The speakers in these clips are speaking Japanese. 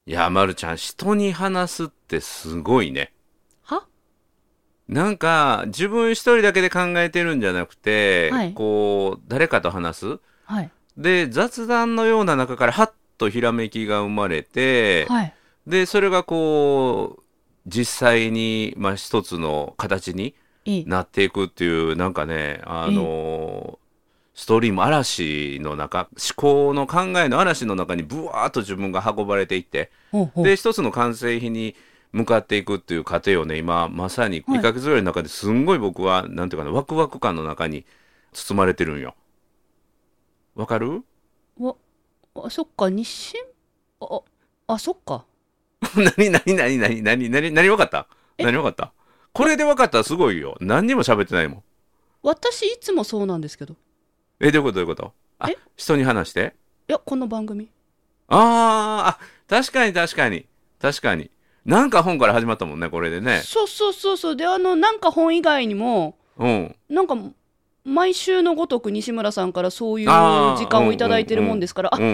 いや、まるちゃん、人に話すってすごいね。 はなんか、自分一人だけで考えてるんじゃなくて、 はい。 こう、誰かと話す。 はい。 で、雑談のような中から、はっとひらめきが生まれて、 はい。 で、それがこう、実際に、まあ、一つの形にええ、 なっていくっていう、なんかね、 ええ、 ストリーム嵐の中、思考の考えの嵐の中にブワーッと自分が運ばれていって、で、 ほうほ一つの完成品に向かっていくっていう過程をね、今、まさにう。はい。 2ヶ月ぐらいの中ですんごい僕は、なんていうかな、ワクワク感の中に包まれてるんよ。わかる？ わ、そっか、あ、そっか。 何わかった？ え、 何わかった？これでわかったらすごいよ。何にも喋ってないもん。 私いつもそうなんですけど。 どういうこと？あ、 え、い人に話して。 や、この番組。 確かに確かに。確かに。なんか本から始まったもんね、これでね。 そうそうそうそう。で、なんか本以外にも、 うん。 なんか、毎週のごとく西村さんからそういう時ああ、うん間をいただいてるもんですから、 うん。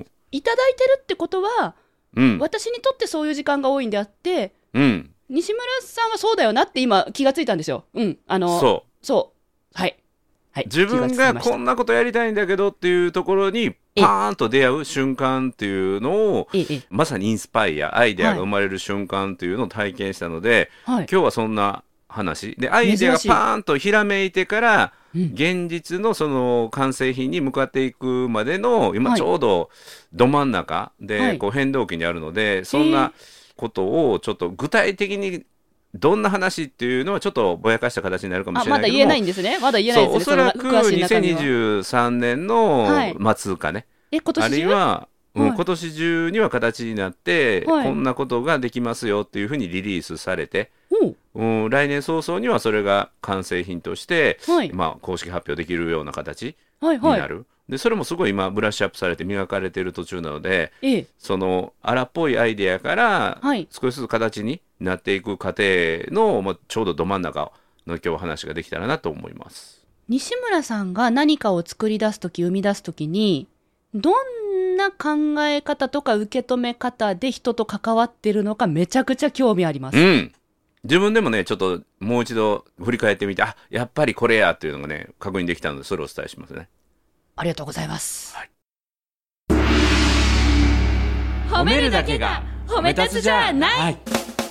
いただいてるってことは、 うん。 私にとってそういう時間が多いんであって、 うん。 西村さんはそうだよなって今気がついたんですよ。うん。 そう。 そう。はい。はい。 自気が分がつきました。 こんなことやりたいんだけどっていうところにえ、 パーンと出会う瞬間っていうのを、 え。 まさにインスパイア、アイデアがはい。 生まれる瞬間っていうのを体験したので、 はい。 今日はそんな話で、アイデアが珍しい。 パーンとひらめいてからうん。 現実のその完成品に向かっていくまでの今はい。 ちょうどど真ん中はい。 でこう変動期にあるので、そんなへえ。 ことをちょっと具体的にどんな話っていうのはちょっとぼやかした形になるかもしれまだ言えなないけども、 いんですね。まだ言えないそう、 ですね。 おそらく詳しい中身は。 2023年のはい。 末かね、ある今年中。 いは、 はい。 今年中には形になって、 はい。 こんなことができますよっていうふうにリリースされて、 おう。 来年早々にはそれが完成品として、 はい。 まあ、公式発表できるような形はい。はい。 になる。で、それもすごい今、ブラッシュアップされて磨かれている途中なので、 ええ。 その荒っぽいアイデアからはい。 少しずつ形になっていく過程の、まあ、ちょうどど真ん中の今日話ができたらなと思います。 西村さんが何かを作り出すとき、生み出すときに、どんな考え方とか受け止め方で人と関わってるのかめちゃくちゃ興味あります。 うん。自分でもね、ちょっともう一度振り返ってみて、あ、やっぱりこれやっていうのがね、確認できたので、それをお伝えしますね。 ありがとうございます。 はい。 褒めるだけが褒め立つじゃない。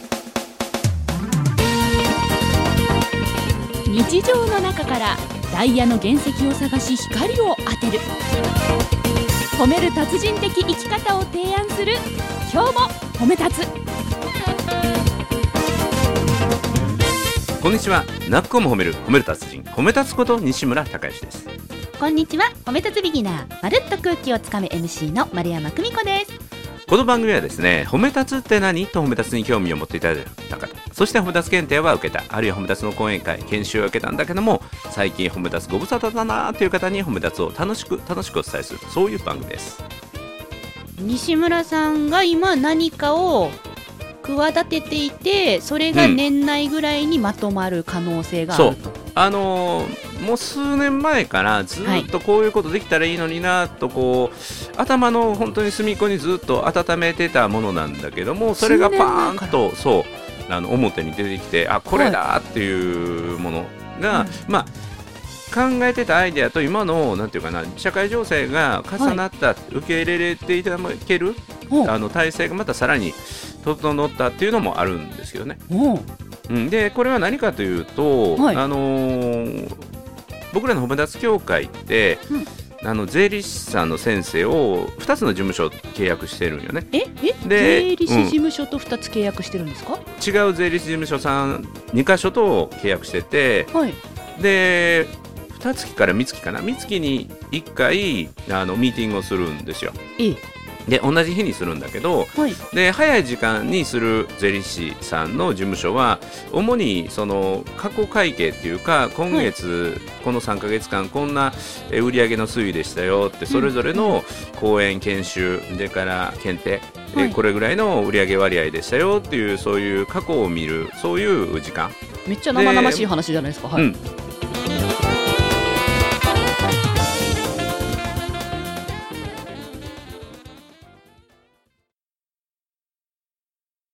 日常の中からダイヤの原石を探し光を当てる。褒める達人的生き方を提案する。今日も褒め立つ。 こんにちは。なっこも褒める達人、褒め立つこと西村孝之です。 こんにちは。褒め立つビギナー、まるっと空気をつかむ MC の丸山久美子です。 この番組はですね、褒め立つって何と褒め立つに興味を持っていただいた方、そして褒め立つ検定は受けた、あるいは褒め立つの講演会、研修を受けたんだけども、最近褒め立つご無沙汰だなという方に褒め立つを楽しくお伝えする、そういう番組です。 西村さんが今何かを企てていて、それがうん。 年内ぐらいにまとまる可能性があそう。 ると。 もう数年前からずはい。 っとこういうことできたらいいのになとこう頭の本当に隅っこにずっと温めてたものなんだけども、それ数がパ年前から。 ーンとそう表に出てきて、あ、これはい。 だっていうものが、 うん。 まあ考えてたアイデアと今のなんていうかな、社会情勢が重はい。 なった、受け入れていただけるほう。 体制がまたさらに整ったっていうのもあるんですけどね。 ほう。 でこれは何かというと、 はい。 僕らの褒め立つ協会ってうん。 税理士さんの先生を2つの事務所契約してるんよね。で、 税理士事務所と2つ契約してるんですか？ 違う税理士事務所さん2箇所と契約してて、 はい。 で2月から3月かな、3月に1回ミーティングをするんですよ。 ええ。 で同じ日にするんだけど、 はい。 で早い時間にする税理士さんの事務所は主にその過去会計っていうか、今はい。 月この3ヶ月間こんな売上の推移でしたよって、それうん。うん。 ぞれの講演研修でから検定、 はい。 これぐらいの売上割合でしたよっていう、そういう過去を見る、そういう時間めっちゃ生々 で、 しい話じゃないですか。はい。 うん、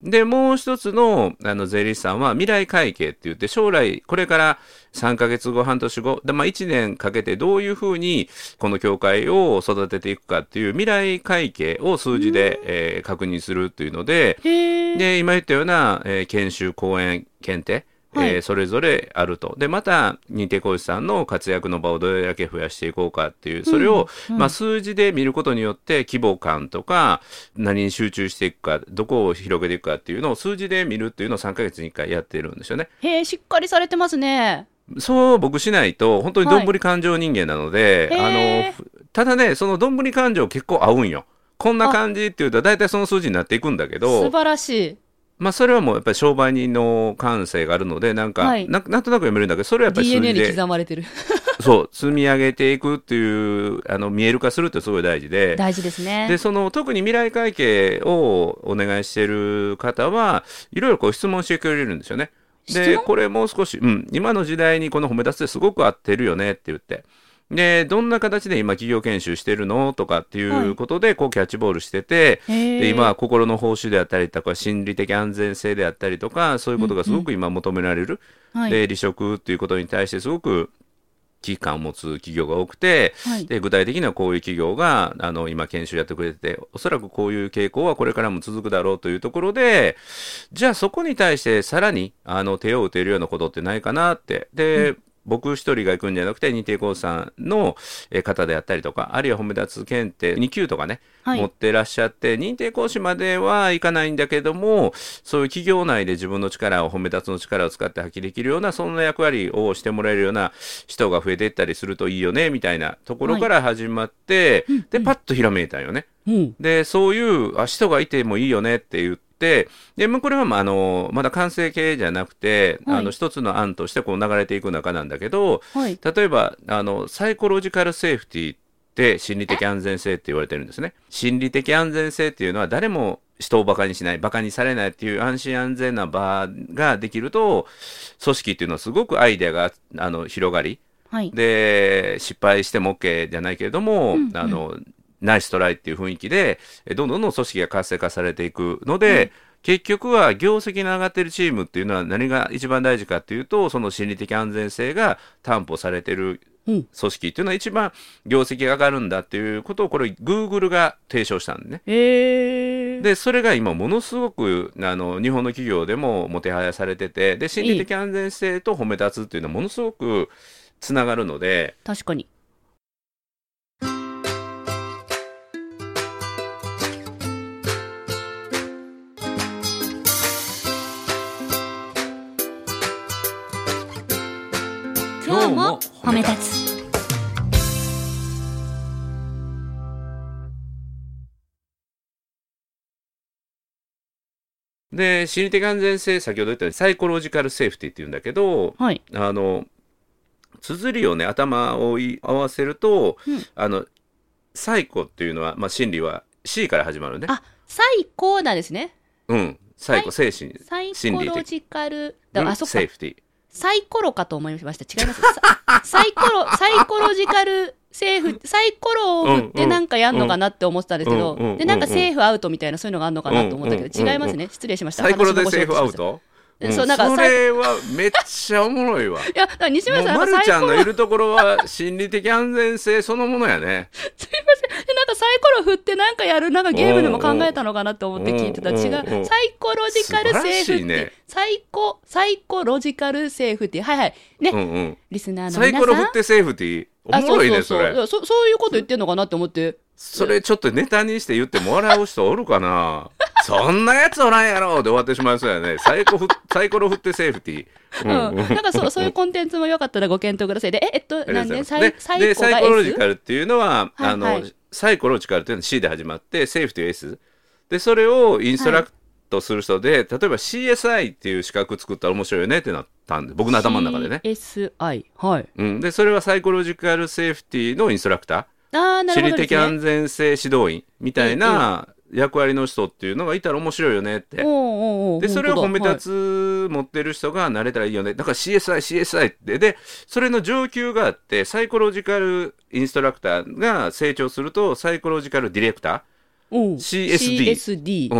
でもう一つの税理士さんは未来会計って言って、将来これから3ヶ月後半年後で、1年かけてどういうふうにこの協会を育てていくかっていう未来会計を数字で、確認するっていうので、で今言ったような、研修講演検定、それぞれあると。でまた認定講師さんの活躍の場をどれだけ増やしていこうかっていう、それを、数字で見ることによって規模感とか何に集中していくか、どこを広げていくかっていうのを数字で見るっていうのを3ヶ月に1回やってるんですよね。 へえ、しっかりされてますね。 そう僕しないと本当にどんぶり感情人間なので、ただねそのどんぶり感情結構合うんよ。こんな感じっていうと大体その数字になっていくんだけど、 素晴らしい。 それはもうやっぱり商売人の感性があるのでなんとなく読めるんだけど、それはやっぱり数字で DNA に刻まれてるそう積み上げていくっていう見える化するってすごい大事で、 大事ですね。 で特に未来会計をお願いしている方はいろいろこう質問してくれるんですよね。でこれもう少し、今の時代にこの褒め立つってすごく合ってるよねって言って、でどんな形で今企業研修してるのとかっていうことでこうキャッチボールしてて、で今心の報酬であったりとか心理的安全性であったりとかそういうことがすごく今求められる、で離職っていうことに対してすごく危機感を持つ企業が多くて、で具体的にはこういう企業が今研修やってくれてて、おそらくこういう傾向はこれからも続くだろうというところで、じゃあそこに対してさらに手を打てるようなことってないかなって。で、僕一人が行くんじゃなくて認定講師さんの方であったりとか、あるいは褒め立つ検定2級とかね、持ってらっしゃって認定講師まではいかないんだけども、そういう企業内で自分の力を褒め立つの力を使って発揮できるようなそんな役割をしてもらえるような人が増えていったりするといいよねみたいなところから始まって、でパッとひらめいたよね。でそういう人がいてもいいよねって言って、でこれはまだ完成形じゃなくて、一つの案としてこう流れていく中なんだけど、例えばサイコロジカルセーフティって心理的安全性って言われてるんですね。心理的安全性っていうのは誰も人をバカにしない、バカにされないっていう安心安全な場ができると、組織っていうのはすごくアイデアが広がり、で失敗しても OK じゃないけれども、ナイストライっていう雰囲気でどんどん組織が活性化されていくので、結局は業績の上がってるチームっていうのは何が一番大事かっていうと、その心理的安全性が担保されてる組織っていうのは一番業績が上がるんだっていうことをこれ Google が提唱したんでね。でそれが今ものすごく日本の企業でももてはやされてて、で心理的安全性と褒め立つっていうのはものすごくつながるので。 確かに。今日も褒め立つ。 で心理的安全性、先ほど言ったようにサイコロジカルセーフティっていうんだけど、綴りをね頭を合わせると、サイコっていうのは、心理は C から始まるね。 サイコなんですね。 サイコ精神、 サイコロジカルセーフティ。 サイコロかと思いました。違います。サイコロジカルセーフ、サイコロを振ってなんかやんのかなって思ってたんですけど、でなんかセーフアウトみたいなそういうのがあるのかなと思ったけど、違いますね。失礼しました。 サイコロでセーフアウト。それはめっちゃおもろいわ。 いや西村さん、 まるちゃんのいるところは心理的安全性そのものやね。 すいません。なんかサイコロ振ってなんかやる、なんかゲームでも考えたのかなと思って聞いてた。違う。サイコロジカルセーフって、サイコロジカルセーフって、ね、リスナーの皆さん。 サイコロ振ってセーフっておもろいね、それ。 そういうこと言ってんのかなって思って。 それちょっとネタにして言っても笑う人おるかな。そんなやつおらんやろで終わってしまいそうやね。サイコロ振ってセーフティー。 なんかそういうコンテンツもよかったらご検討ください。で、なんでサイコロジカルっていうのは、サイコロジカルっていうのは C で始まって、セーフティー S。で、それをインストラクトする人で、例えば CSI っていう資格作ったら面白いよねってなったんで、僕の頭の中でね。 CSI。はい。 で、それはサイコロジカルセーフティーのインストラクター。心理的安全性指導員みたいな役割の人っていうのがいたら面白いよねって。でそれを褒め立つ持ってる人がなれたらいいよね。だから CSI ってでそれの上級があって、サイコロジカルインストラクターが成長するとサイコロジカルディレクター CSD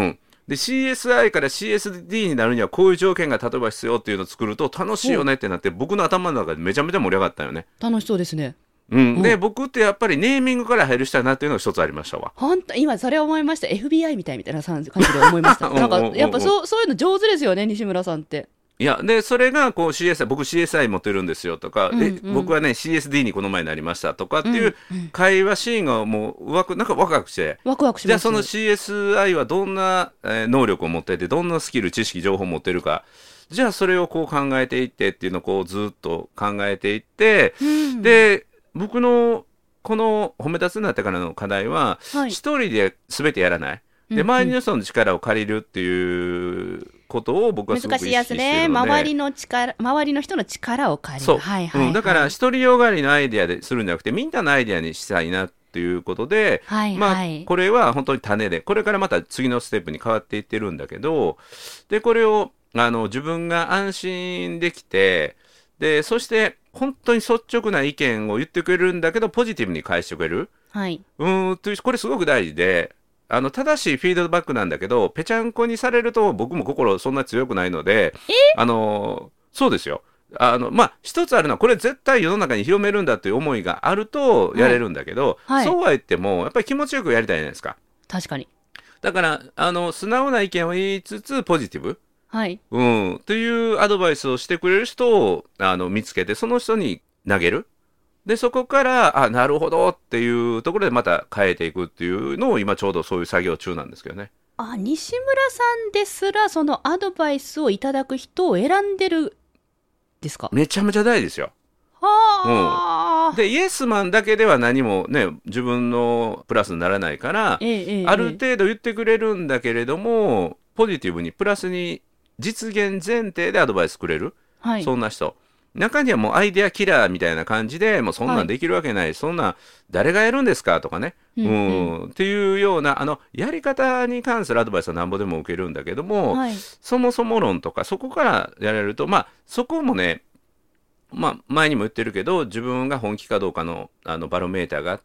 で CSI から CSD になるにはこういう条件が例えば必要っていうのを作ると楽しいよねってなって、僕の頭の中でめちゃめちゃ盛り上がったよね。 楽しそうですね。 で僕ってやっぱりネーミングから入る人だなっていうのが一つありましたわ。 本当今それ思いました。 FBI みたいな感じで思いましたなんかやっぱそういうの上手ですよね、西村さんって。 いやでそれがこう CSI 僕 CSI 持ってるんですよとか、僕はね CSD にこの前になりましたとかっていう会話シーンがもうなんかワクワクしてワクワクします。 じゃあその CSI はどんな能力を持っていてどんなスキル知識情報を持ってるか、じゃあそれをこう考えていってっていうのをこうずっと考えていって、で僕のこの褒め立つになってからの課題は一人で全てやらない、で周りの人の力を借りるっていうことを僕はすごく意識しているので、 難しいやつね。周りの人の力を借りる。 そう、だから独りよがりのアイデアでするんじゃなくてみんなのアイデアにしたいなっていうことで、これは本当に種でこれからまた次のステップに変わっていってるんだけど、でこれを自分が安心できて、でそして本当に率直な意見を言ってくれるんだけどポジティブに返してくれる、というこれすごく大事で、正しいフィードバックなんだけどぺちゃんこにされると僕も心そんな強くないので、そうですよ。一つあるのはこれ絶対世の中に広めるんだという思いがあるとやれるんだけど、そうは言ってもやっぱり気持ちよくやりたいじゃないですか。 確かに。 だから素直な意見を言いつつポジティブ、というアドバイスをしてくれる人を見つけてその人に投げる。でそこからなるほどっていうところでまた変えていくっていうのを今ちょうどそういう作業中なんですけどね。 西村さんですらそのアドバイスをいただく人を選んでるですか？ めちゃめちゃ大事ですよ。でイエスマンだけでは何もね自分のプラスにならないから、ある程度言ってくれるんだけれどもポジティブにプラスに実現前提でアドバイスくれる、そんな人中にはもうアイデアキラーみたいな感じでもうそんなんできるわけない、そんな誰がやるんですかとかね、っていうようなやり方に関するアドバイスはなんぼでも受けるんだけども、そもそも論とかそこからやられるとそこもね前にも言ってるけど自分が本気かどうかのバロメーターがあって、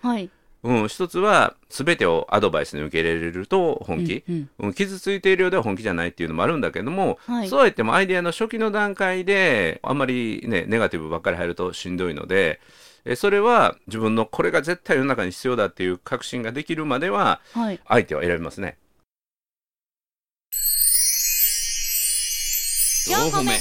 一つは全てをアドバイスに受け入れると本気、傷ついているようでは本気じゃないっていうのもあるんだけども、そうは言ってもアイデアの初期の段階であんまりねネガティブばっかり入るとしんどいので、それは自分のこれが絶対世の中に必要だっていう確信ができるまでは相手は選びますね。4個目。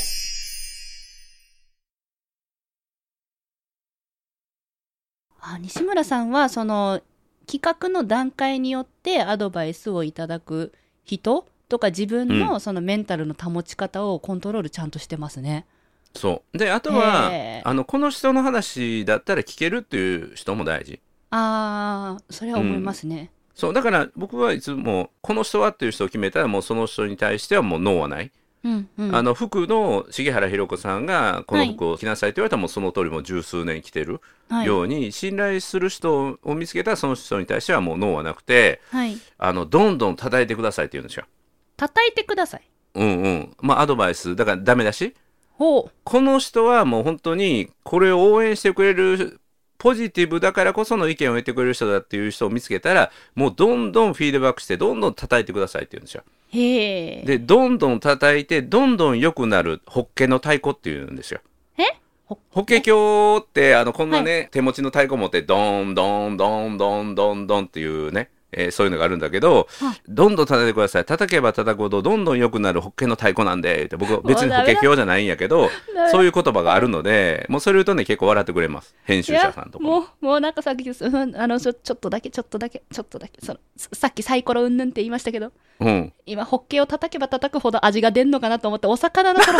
西村さんはその企画の段階によってアドバイスをいただく人とか自分のそのメンタルの保ち方をコントロールちゃんとしてますね。 そうであとはこの人の話だったら聞けるっていう人も大事。 それは思いますね。 そうだから僕はいつもこの人はっていう人を決めたらもうその人に対してはもうノーはない。服の重原弘子さんがこの服を着なさいって言われたらもうその通りもう十数年着てるように、信頼する人を見つけたらその人に対してはもうノーはなくて、どんどん叩いてくださいって言うんですよ。 叩いてください。 アドバイスだからダメだし、この人はもう本当にこれを応援してくれるポジティブだからこその意見を言ってくれる人だっていう人を見つけたらもうどんどんフィードバックしてどんどん叩いてくださいって言うんですよ。でどんどん叩いてどんどん良くなるホッケの太鼓っていうんですよ。法華経ってこんなね、手持ちの太鼓持ってドンドンドンドンドンドンっていうね、そういうのがあるんだけど、どんどん叩いてください、叩けば叩くほどどんどん良くなる法華の太鼓なんでって、僕別に法華経じゃないんやけどそういう言葉があるので、もうそれ言うとね結構笑ってくれます、編集者さんとかもうなんかさっきちょっとだけさっきサイコロうんぬんって言いましたけど、今ホッケを叩けば叩くほど味が出んのかなと思って、お魚の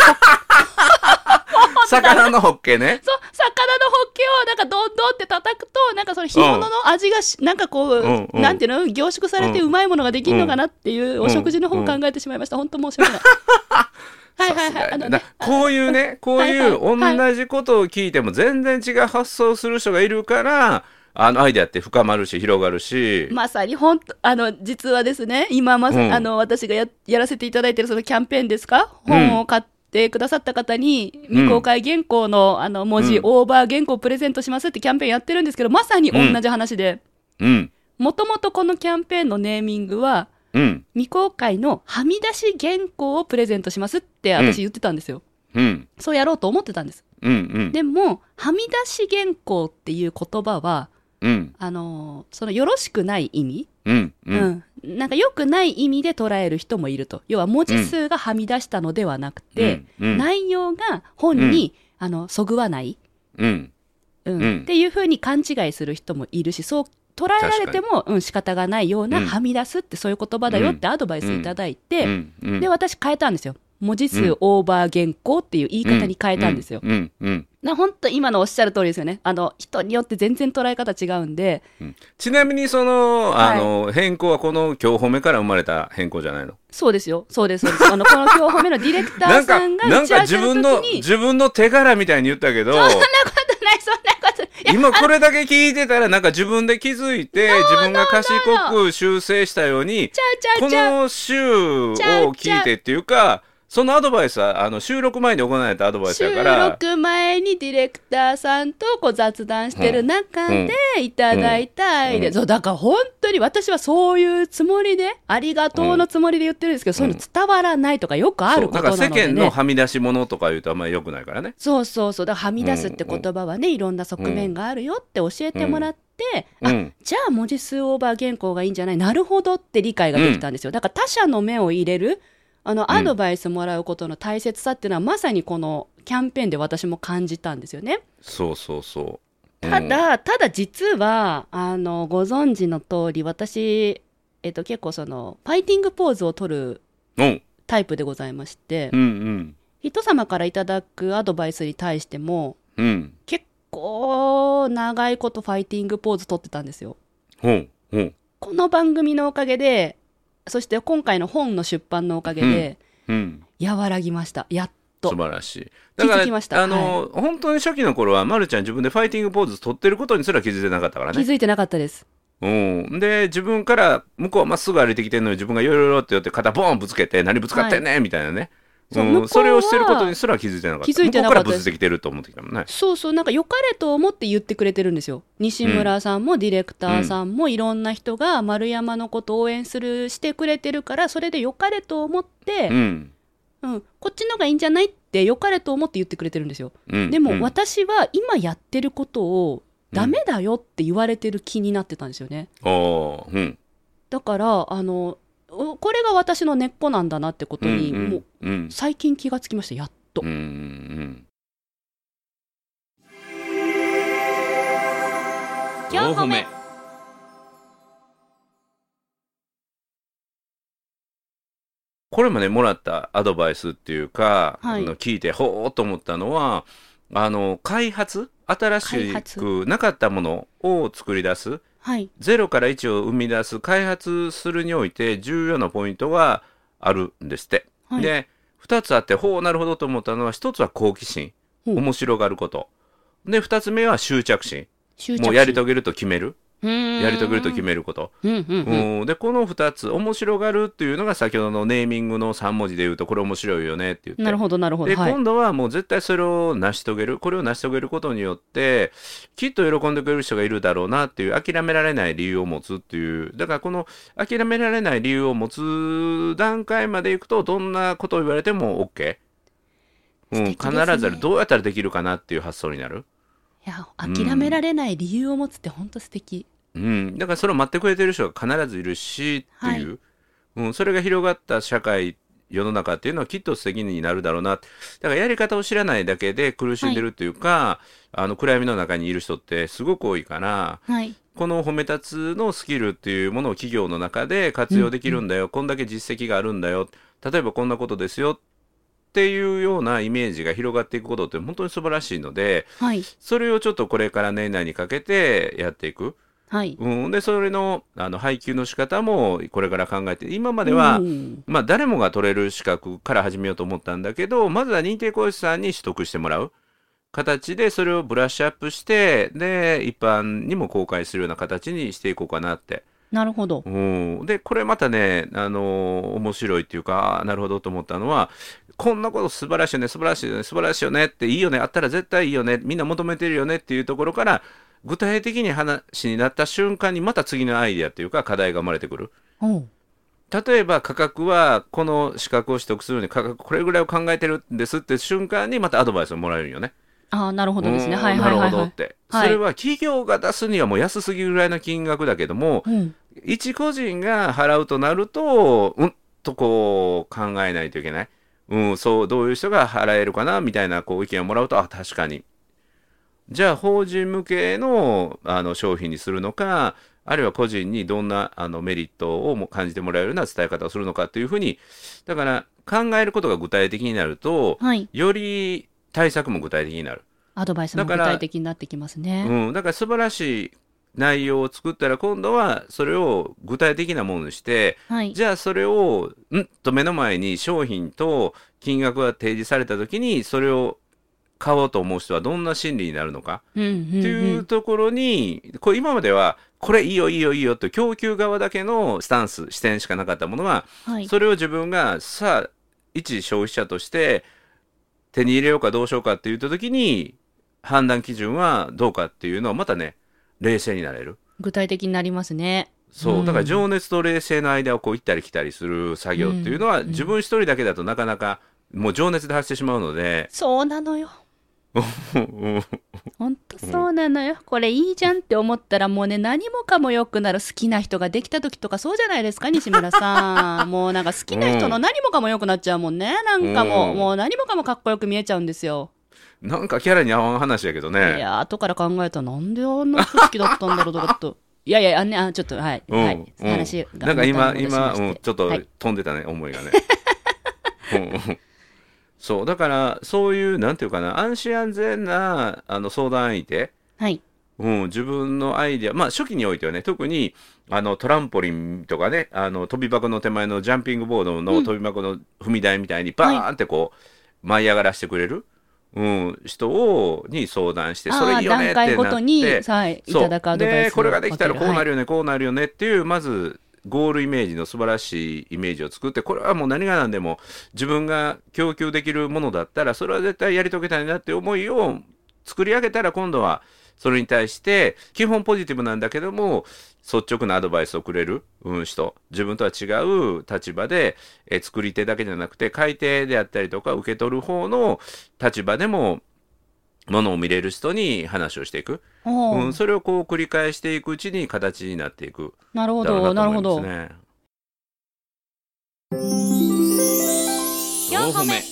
魚のホッケね。 そう、魚のホッケをなんかどんどんって叩くと、なんかその干物の味がなんかこう、なんていうの、凝縮されてうまいものができるのかなっていうお食事の方を考えてしまいました。本当申し訳ない。 こういうね、こういう同じことを聞いても全然違う発想する人がいるから、アイデアって深まるし広がるし、 まさに実はですね、今私がやらせていただいているそのキャンペーンですか、本を買ってくださった方に未公開原稿の文字、オーバー原稿をプレゼントしますってキャンペーンやってるんですけど、まさに同じ話で、もともとこのキャンペーンのネーミングは未公開のはみ出し原稿をプレゼントしますって私言ってたんですよ。そうやろうと思ってたんです。でもはみ出し原稿っていう言葉は、そのよろしくない意味、なんか良くない意味で捉える人もいると。要は文字数がはみ出したのではなくて、内容が本に、そぐわない、っていうふうに勘違いする人もいるし、そう捉えられても、仕方がないような、はみ出すってそういう言葉だよってアドバイスいただいて、で私変えたんですよ。文字数オーバー原稿っていう言い方に変えたんですよ。本当今のおっしゃる通りですよね。人によって全然捉え方違うんで。 ちなみにその、変更はこの今日褒めから生まれた変更じゃないの？ そうですよ。そうです。この今日褒めのディレクターさんが打ち合わせの時に自分の手柄みたいに言ったけど、 そんなことない、そんなことない。 今これだけ聞いてたらなんか自分で気づいて自分が賢く修正したように、この週を聞いてっていうか、そのアドバイスは収録前に行われたアドバイスだから、 収録前にディレクターさんとこう雑談してる中でいただいたアイデア、そうだから本当に私はそういうつもりでありがとうのつもりで言ってるんですけど、そういうの伝わらないとかよくあることなので、ね、 だから世間のはみ出し物とか言うとあんまり良くないからね。 そうだからはみ出すって言葉はね、いろんな側面があるよって教えてもらって、じゃあ文字数オーバー原稿がいいんじゃない、なるほどって理解ができたんですよ。だから他者の目を入れるアドバイスもらうことの大切さっていうのは、まさにこのキャンペーンで私も感じたんですよね。 そう、 ただ実はご存知の通り私、結構そのファイティングポーズを取るタイプでございまして、人様からいただくアドバイスに対しても、結構長いことファイティングポーズ取ってたんですよ。この番組のおかげで、そして今回の本の出版のおかげで、和らぎました。やっと。 素晴らしい。だから気づきました。 本当に初期の頃は、まるちゃん自分でファイティングポーズ取ってることにすら気づいてなかったからね。 気づいてなかったです。 で、自分から向こうまっすぐ歩いてきてるのに、自分がヨロヨロって寄って肩ボーンぶつけて、何ぶつかってんねみたいなね。それをしてることにすら気づいてなかった。 気づいてなかったです。 向こうからぶつけてきてると思ってきたもんね。 そう、なんか良かれと思って言ってくれてるんですよ。西村さんもディレクターさんもいろんな人が丸山のことを応援してくれてるから、それで良かれと思って、こっちのがいいんじゃないって良かれと思って言ってくれてるんですよ。でも私は今やってることをダメだよって言われてる気になってたんですよね。だからこれが私の根っこなんだなってことに、もう最近気がつきました。やっと。4歩目。 これもね、もらったアドバイスっていうか、聞いてほーっと思ったのは、開発、新しくなかったものを作り出す、0から1を生み出す、開発するにおいて重要なポイントがあるんですって。で、2つあって、ほうなるほどと思ったのは、1つは好奇心、面白がること。で、2つ目は執着心。もうやり遂げると決める。やり遂げると決めること。で、この2つ、面白がるっていうのが先ほどのネーミングの3文字で言うと、これ面白いよねって言って。 なるほど。 で、今度はもう絶対それを成し遂げる。これを成し遂げることによって、きっと喜んでくれる人がいるだろうなっていう、諦められない理由を持つっていう。だからこの諦められない理由を持つ段階までいくと、どんなことを言われても OK。必ずどうやったらできるかなっていう発想になる。 いや、諦められない理由を持つって本当素敵。 だからそれを待ってくれてる人が必ずいるしっていう、それが広がった社会、世の中っていうのはきっと素敵になるだろうな。だからやり方を知らないだけで苦しんでるっていうか、暗闇の中にいる人ってすごく多いから、この褒め立つのスキルっていうものを企業の中で活用できるんだよ、こんだけ実績があるんだよ、例えばこんなことですよっていうようなイメージが広がっていくことって本当に素晴らしいので、それをちょっとこれから年内にかけてやっていく。でそれの、配給の仕方もこれから考えて、今までは、誰もが取れる資格から始めようと思ったんだけど、まずは認定講師さんに取得してもらう形で、それをブラッシュアップして、で一般にも公開するような形にしていこうかなって。 なるほど。 でこれまたね、面白いっていうか、なるほどと思ったのは、こんなこと素晴らしいよね、素晴らしいよね、素晴らしいよねって、いいよね、あったら絶対いいよね、みんな求めてるよねっていうところから、具体的に話になった瞬間にまた次のアイデアっていうか課題が生まれてくる。 例えば価格はこの資格を取得するのに価格これぐらいを考えてるんですって瞬間にまたアドバイスをもらえるよね。 なるほどですね。はいなるはいはいはい。 ほどって、それは企業が出すにはもう安すぎるぐらいの金額だけども、 うん。 一個人が払うとなるととこう考えないといけない、そうどういう人が払えるかなみたいなこう意見をもらうと、確かにじゃあ法人向けの、商品にするのか、あるいは個人にどんなメリットをも感じてもらえるような伝え方をするのかっていうふうに、だから考えることが具体的になると、 はい。 より対策も具体的になる。 アドバイスも具体だから、 的になってきますね。 だから素晴らしい内容を作ったら今度はそれを具体的なものにして、 はい。 じゃあそれをと目の前に商品と金額が提示された時にそれを買おうと思う人はどんな心理になるのかうんうんってうん。 いうところに、これ今まではこれいいよいいよいいよと供給側だけのスタンス視点しかなかったものが、 はい。 それを自分がさあ一消費者として手に入れようかどうしようかって言った時に判断基準はどうかっていうのはまたね、冷静になれる。 具体的になりますね。うそうだから情ん。 熱と冷静の間をこう行ったり来たりする作うん。 業っていうのはうん。 自分一人だけだとなかなかもう情熱で発してしまうので。 そうなのよ。 うんほんとそうなのよ。これいいじゃんって思ったらもうね、何もかも良くなる。好きな人ができた時とかそうじゃないですか、西村さん。もうなんか好きな人のうん何もかも良くなっちゃうもんね。なうんかもうん、 何もかもかっこよく見えちゃうんですよ。 なんかキャラに合わん話やけどね。 いや、後から考えたらなんであんな人好きだったんだろうとかと。いやいや、ちょっと、はい、はい。 うん。 話がなんか元に戻しまして。 ちょっとはい。 飛んでたね、思いがね。そう、だから、そういう、なんていうかな、安心安全な、相談相手、 はい。 自分のアイデア、まあ、初期においてはね、特に、トランポリンとかね、飛び箱の手前のジャンピングボードのうん。 飛び箱の踏み台みたいに、 はい。 バーンってこう、舞い上がらせてくれる、に相談して、それいいよ段階ねってなごとに、 って、 はい、いただくアドバイそう。で、これがスを分ける。 できたらこうはい。 なるよね、こうなるよねっていう、まず、ゴールイメージの素晴らしいイメージを作って、これはもう何が何でも自分が供給できるものだったら、それは絶対やり遂げたいなって思いを作り上げたら、今度はそれに対して、基本ポジティブなんだけども、率直なアドバイスをくれる、人、自分とは違う立場で、作り手だけじゃなくて、買い手であったりとか、受け取る方の立場でも、ものを見れる人に話をしていく。 おー、 それをこう繰り返していくうちに形になっていくなるほど、 だろうなと思いなるほど。 ますね。 4歩目。 4歩目。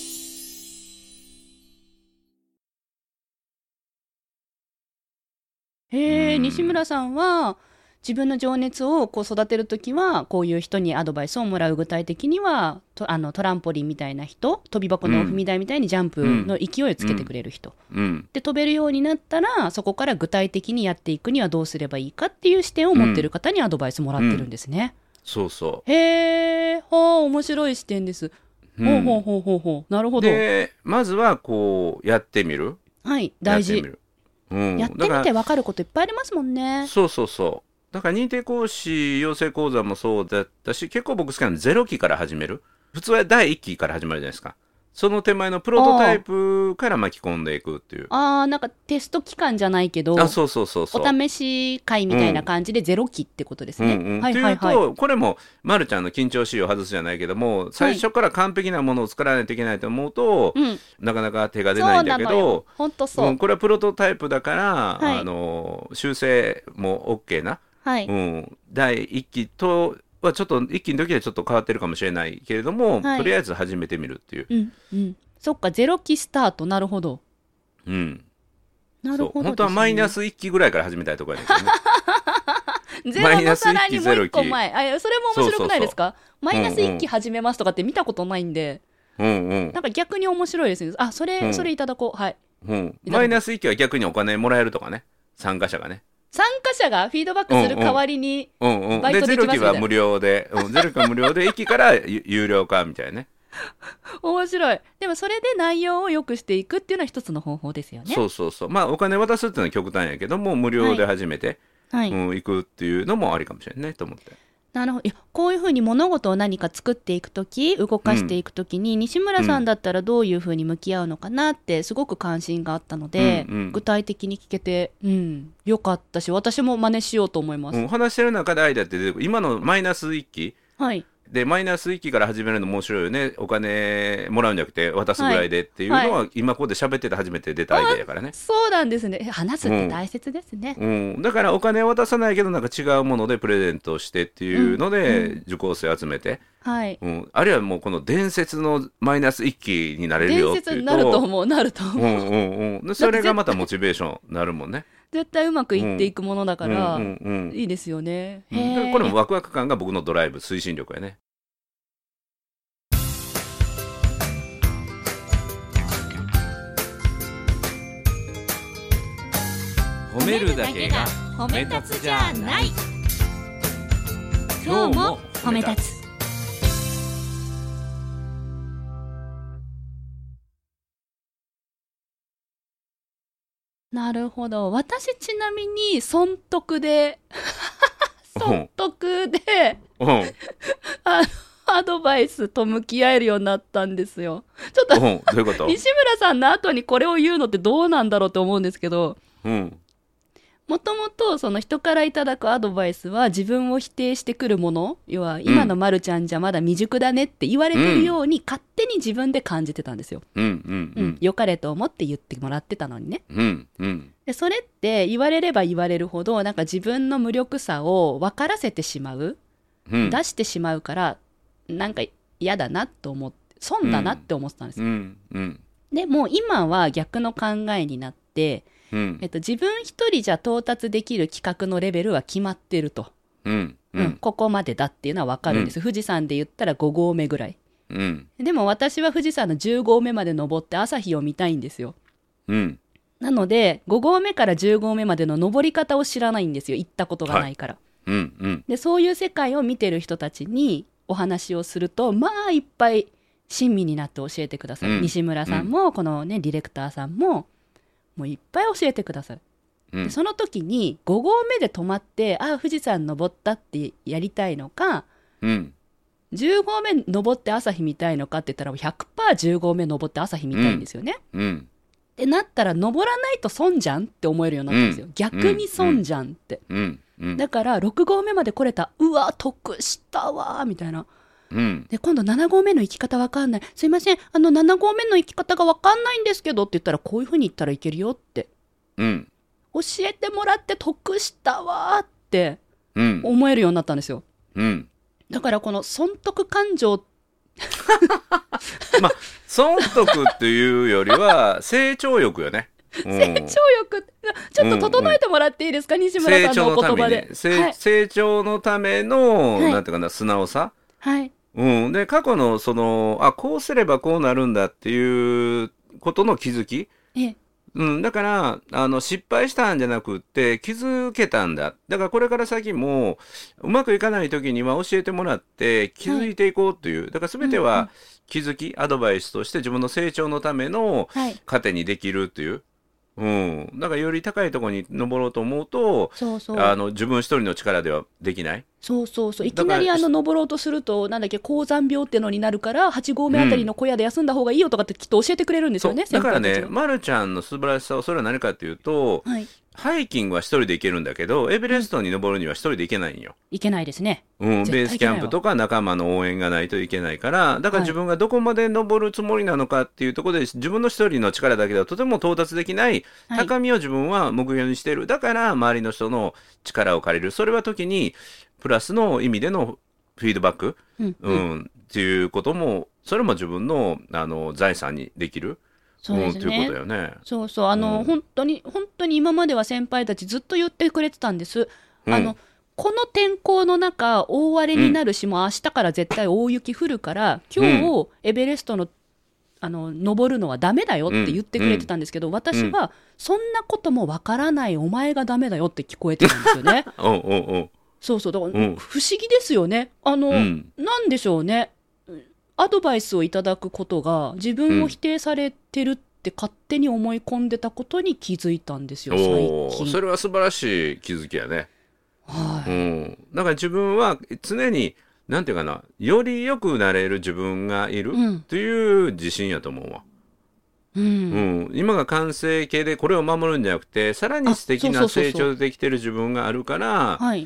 うへえ、西ん。 村さんは、自分の情熱をこう育てるときは、こういう人にアドバイスをもらう。具体的には、トランポリンみたいな人、飛び箱の踏うん。 み台みたいにジャンプのうん。 勢いをつけてくうん。 れる人。 うん。 で、飛べるようになったら、そこから具体的にやっていくにはどうすればいいかっていう視点を持ってるうん。 方にアドバイスもらってるんうん。 ですね。 そうそへえ、はあ、面白い視点です。 う。うほうほうん。 ほうほうほう。なるほど。 で、まずはこう、やってみる。 はい、大事。 やってみる。うん。 やってみてだから、 分かることいっぱいありますもんね。 そうそうそう。だから認定講師養成講座もそうだったし、結構僕好きなのゼロ期から始める。普通は第1期から始まるじゃないですか。その手前のプロトタイあプから巻き込んでいくっていう。 あ、なんかテスト期間じゃないけあ、 ど、 そうそうそうおそ試し会みう。うたいなん。 感じでゼロ期ってことですね。 うんうん。 はっていはいはい。 いうと、これも、まるちゃんの緊張しいを外すじゃないけども、 はい。 最初から完璧なものを作らないといけないと思うと、 うん。 なかなか手が出なそういんだなのよ。 けど、 ほんとそこれはプロトタイプだかう。はら、 い。 修正も OK な、 はい。 第1期とはちょっと、1期の時はちょっと変わってるかもしれないけれども、 はい。 とりあえず始めてみるっていう。 うん。うん。そっか、ゼロ期スタート。なるほど。 うん。そう。 なるほど本当はマイナですね。 ス1期ぐらいから始めたいところやねんけどね。 ゼロのマイナス1 さらにもう期ゼロ期。 一個前。それも面そう白くそうそないですか？マう。 イナス1期うんうん。 始めますとかって見たことないんで、 うんうん。 なんか逆に面白いですね。あ、それうん。 いただこう。はい。 うん。 いただこう。 マイナス1期は逆にお金もらえるとかね。参加者がね。 参加者がフィードバックする代うんうん。 わりにうんうん。で、 バイトでゼロ期は無きますみたいな。 料で、ゼロ期は無料で、1期から有料化みたいなね。 面白い。でもそれで内容を良くしていくっていうのは一つの方法ですよね。 そうそうそう。まあ、お金渡すっていうのは極端やけども、無料ではい。 始めて、 はい。 行くっていうのもありかもしれないねと思って。 なるほど。いや、こういうふうに物事を何か作っていくとき、動かしていうん。 くときに、西村さんうん。 だったらどういうふうに向き合うのかなってすごく関心があったのうん。 で、具うん。 体的に聞けて、よかったし、私も真似しようと思います。 話してる中でアイデアって出てくる。今のマイナス1期、 はい。 でマイナス1期から始めるの面白いよね、お金もらうんじゃなくて渡すぐらいでっていうのは、今ここで喋ってて初めて出たアイデアやからね。 そうなんですね。話すって大切ですね。 だからお金を渡さないけどなんか違うものでプレゼントをしてっていうので、受講生を集めて、あるいはもうこの伝説のマイナス1期になれるよっていうと、 伝説になると思う、なると思う。それがまたモチベーションになるもんね。 絶対うまくいっていくものだから、いいですよね。 これもワクワク感が僕のドライブ推進力やね。褒めるだけが褒め立つじゃない。 今日も褒め立つ。なるほど。私ちなみに損得で損得でアドバイスと向き合えるようになったんですよ。ちょっとどういうこと？ 西村さんの後にこれを言うのってどうなんだろうと思うんですけど、もともとその人からいただくアドバイスは自分を否定してくるもの、要は今のまるちゃんじゃまだ未熟だねって言われてるように勝手に自分で感じてたんですよ。良かれと思って言ってもらってたのにね。でそれって言われれば言われるほどなんか自分の無力さを分からせてしまう、出してしまうからなんか嫌だなと思って損だなって思ってたんですよ。でもう今は逆の考えになって、自分一人じゃ到達できる企画のレベルは決まってると、ここまでだっていうのは分かるんです、富士山で言ったら5合目ぐらい、でも私は富士山の10合目まで登って朝日を見たいんですよ、なので5合目から10合目までの登り方を知らないんですよ、行ったことがないから、でそういう世界を見てる人たちにお話をするとまあいっぱい親身になって教えてくださる、西村さんもこのねディレクターさんももういっぱい教えてくださる、でその時に5合目で止まって富士山登ったってやりたいのか、10合目登って朝日見たいのかって言ったら 100% 10合目登って朝日見たいんですよね、ってなったら登らないと損じゃんって思えるようになったんですよ、逆に損じゃんって、だから6合目まで来れた、うわ得したわみたいな、で今度7合目の行き方わかんない、すいません7合目の行き方がわかんないんですけどって言ったら、こういう風に言ったらいけるよって、教えてもらって得したわって思えるようになったんですよ、だからこの損得感情まあ損得っていうよりは成長欲よね、 成長欲、ちょっと整えてもらっていいですか、西村さんのお言葉で。 成長のための、なんていうかな、素直さ、で過去のそのこうすればこうなるんだっていうことの気づき、だから失敗したんじゃなくって気づけたんだ、だからこれから先もうまくいかない時には教えてもらって気づいていこうという、だから全ては気づき、アドバイスとして自分の成長のための糧にできるという、だからより高いところに登ろうと思うと、自分一人の力ではできない。 いきなり登ろうとするとなんだっけ高山病ってのになるから8合目あたりの小屋で休んだ方がいいよとかってきっと教えてくれるんですよね、 だからね、まるちゃんの素晴らしさはそれは何かっていうと、ハイキングは一人で行けるんだけどエベレストに登るには一人で行けないんよ。 行けないですね、 ベースキャンプとか仲間の応援がないといけないから、だから自分がどこまで登るつもりなのかっていうところで、自分の一人の力だけではとても到達できない高みを自分は目標にしている、だから周りの人の力を借りる、それは時にプラスの意味でのフィードバック、っていうことも、それも自分の財産にできる。 そうですね、 ということだよね。 本当に今までは先輩たちずっと言ってくれてたんです、この天候の中大荒れになるし、もう明日から絶対大雪降るから今日エベレストの登るのはダメだよって言ってくれてたんですけど、私はそんなこともわからないお前がダメだよって聞こえてたんですよねだから不思議ですよね、なんでしょうね、アドバイスをいただくことが自分を否定されてるって勝手に思い込んでたことに気づいたんですよ、最近。 それは素晴らしい気づきやね。だから自分は常になんていうかな、より良くなれる自分がいるっていう自信やと思うわ。今が完成形でこれを守るんじゃなくて、さらに素敵な成長できてる自分があるから、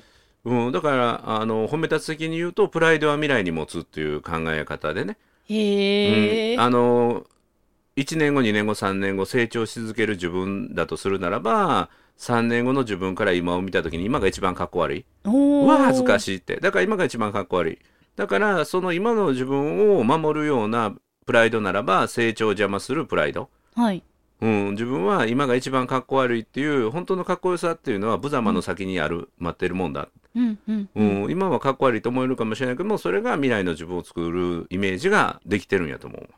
だから褒め立つ的に言うとプライドは未来に持つっていう考え方でね、 へえ、 1年後2年後3年後成長し続ける自分だとするならば、3年後の自分から今を見た時に今が一番かっこ悪い、 おー、 恥ずかしいって、だから今が一番かっこ悪い、だからその今の自分を守るようなプライドならば成長を邪魔するプライド、 はい。 自分は今が一番かっこ悪いっていう本当のかっこよさっていうのは無様の先にある、待ってるもんだ、 うんうん今はかっこ悪いと思えるかもしれないけども、それが未来の自分を作るイメージができてるんやと思う。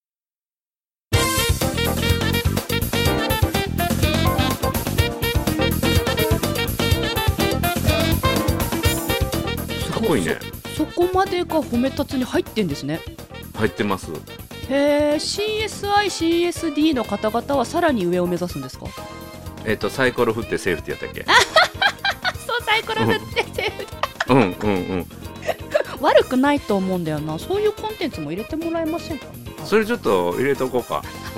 かっこいいね。 そこまでが褒め立つに入ってんですね。 入ってます。 へえ、CSI、CSD の方々はさらに上を目指すんですか？ サイコロ振ってセーフティーやったっけ？ そう、サイコロ振ってセーフうん悪くないと思うんだよな。そういうコンテンツも入れてもらえませんかね。 それちょっと入れとこうか。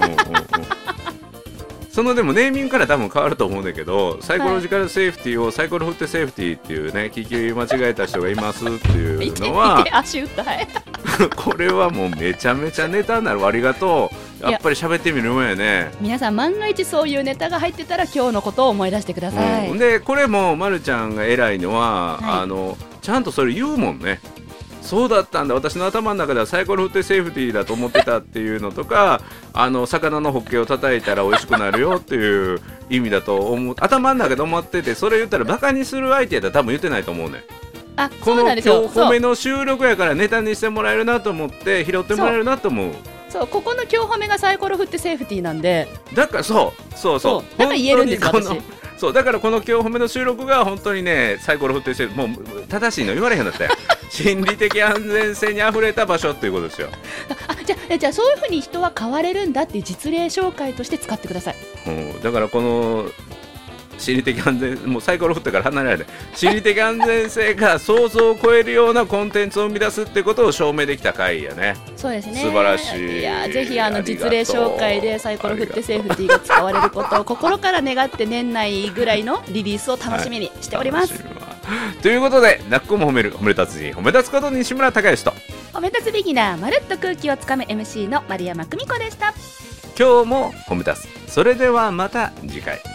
そのでもネーミングから多分変わると思うんだけど、サイコロジカルセーフティーをサイコロ振ってセーフティーっていうね、聞き間違えた人がいますっていうのは足打った、はい。 これはもうめちゃめちゃネタになる。ありがとう。やっぱり喋ってみるもんやね。 皆さん万が一そういうネタが入ってたら今日のことを思い出してください。 でこれもまるちゃんが偉いのは、 はちゃんとそれ言うもんね。そうだったんだ、私の頭の中ではサイコロ振ってセーフティーだと思ってたっていうのとか、魚のホッケを叩いたら美味しくなるよっていう意味だと思う、頭の中で思ってて、それ言ったらバカにする相手やったら多分言ってないと思うね。 あ、 このそうなんですよ。 今日褒めの収録やからネタにしてもらえるなと思って拾ってもらえるなと思う。 そう、ここの今日褒めがサイコロ振ってセーフティーなんで、 だからそうだから言えるんです本当に私。 そうだからこの今日褒めの収録が本当にね、サイコロ振ってしてもう正しいの言われへんようになったよ。心理的安全性にあふれた場所っていうことですよ。 じゃあそういうふうに人は変われるんだっていう実例紹介として使ってください。 だからこの心理的安全、もうサイコロ振ったから離れられない、心理的安全性が想像を超えるようなコンテンツを生み出すってことを証明できた回やね。 そうですね。 素晴らしい。 いや、ぜひ実例紹介でサイコロ振ってセーフティーが使われることを心から願って年内ぐらいのリリースを楽しみにしております。 ということで、泣く子も褒める褒め立つ人、褒め立つこと西村孝之と褒め立つビギナー、まるっと空気をつかむ MC の丸山久美子でした。 今日も褒め立つ。それではまた次回。